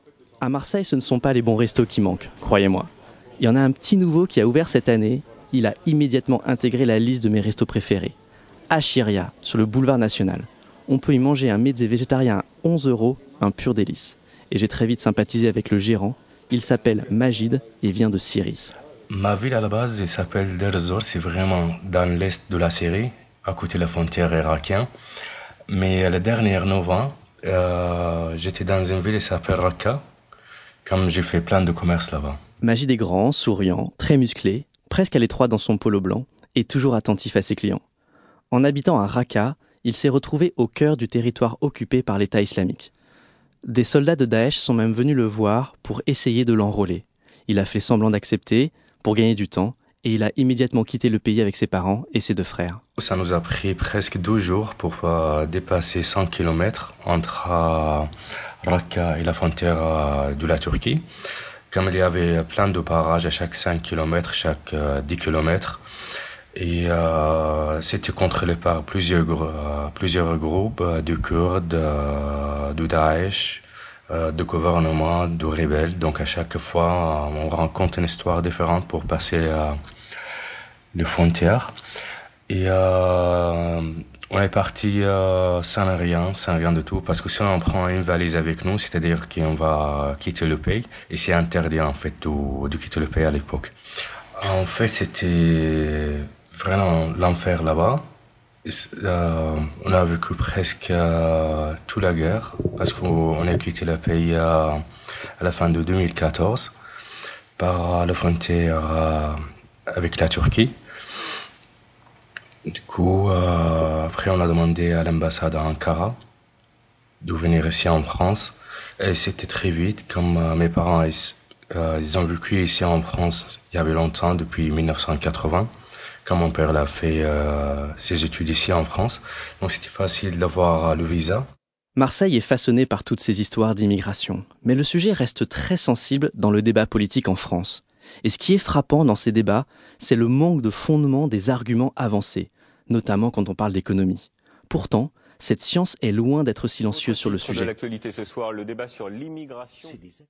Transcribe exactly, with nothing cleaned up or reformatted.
À Marseille, ce ne sont pas les bons restos qui manquent, croyez-moi. Il y en a un petit nouveau qui a ouvert cette année. Il a immédiatement intégré la liste de mes restos préférés. Achiria, sur le boulevard National. On peut y manger un mezze végétarien à onze euros, un pur délice. Et j'ai très vite sympathisé avec le gérant. Il s'appelle Magid et vient de Syrie. Ma ville à la base, elle s'appelle Deir ez-Zor, c'est vraiment dans l'est de la Syrie, à côté de la frontière irakienne. Mais le dernier neuf ans, euh, j'étais dans une ville qui s'appelle Raqqa, comme j'ai fait plein de commerce là-bas. Magid est grand, souriant, très musclé, presque à l'étroit dans son polo blanc, et toujours attentif à ses clients. En habitant à Raqqa, il s'est retrouvé au cœur du territoire occupé par l'État islamique. Des soldats de Daesh sont même venus le voir pour essayer de l'enrôler. Il a fait semblant d'accepter, pour gagner du temps, et il a immédiatement quitté le pays avec ses parents et ses deux frères. Ça nous a pris presque douze jours pour euh, dépasser cent kilomètres entre euh, Raqqa et la frontière euh, de la Turquie. Comme il y avait plein de parages à chaque cinq kilomètres, chaque euh, dix kilomètres, et euh, c'était contrôlé par plusieurs, euh, plusieurs groupes euh, de Kurdes, euh, de Daesh, euh, de gouvernement, de rebelles. Donc à chaque fois, euh, on rencontre une histoire différente pour passer euh, les frontières. Et euh, on est parti euh, sans rien, sans rien de tout, parce que si on prend une valise avec nous, c'est-à-dire qu'on va quitter le pays, et c'est interdit en fait de, de quitter le pays à l'époque. En fait, c'était vraiment l'enfer là-bas. Euh, on a vécu presque euh, toute la guerre, parce qu'on a quitté le pays euh, à la fin de deux mille quatorze, par la frontière euh, avec la Turquie. Du coup, euh, après, on a demandé à l'ambassade à Ankara de venir ici en France. Et c'était très vite, comme euh, mes parents, ils, euh, ils ont vécu ici en France il y avait longtemps, depuis mille neuf cent quatre-vingts, quand mon père l'a fait euh, ses études ici en France. Donc c'était facile d'avoir le visa. Marseille est façonnée par toutes ces histoires d'immigration, mais le sujet reste très sensible dans le débat politique en France. Et ce qui est frappant dans ces débats, c'est le manque de fondement des arguments avancés, notamment quand on parle d'économie. Pourtant, cette science est loin d'être silencieuse sur le sujet. De l'actualité ce soir, le débat sur l'immigration.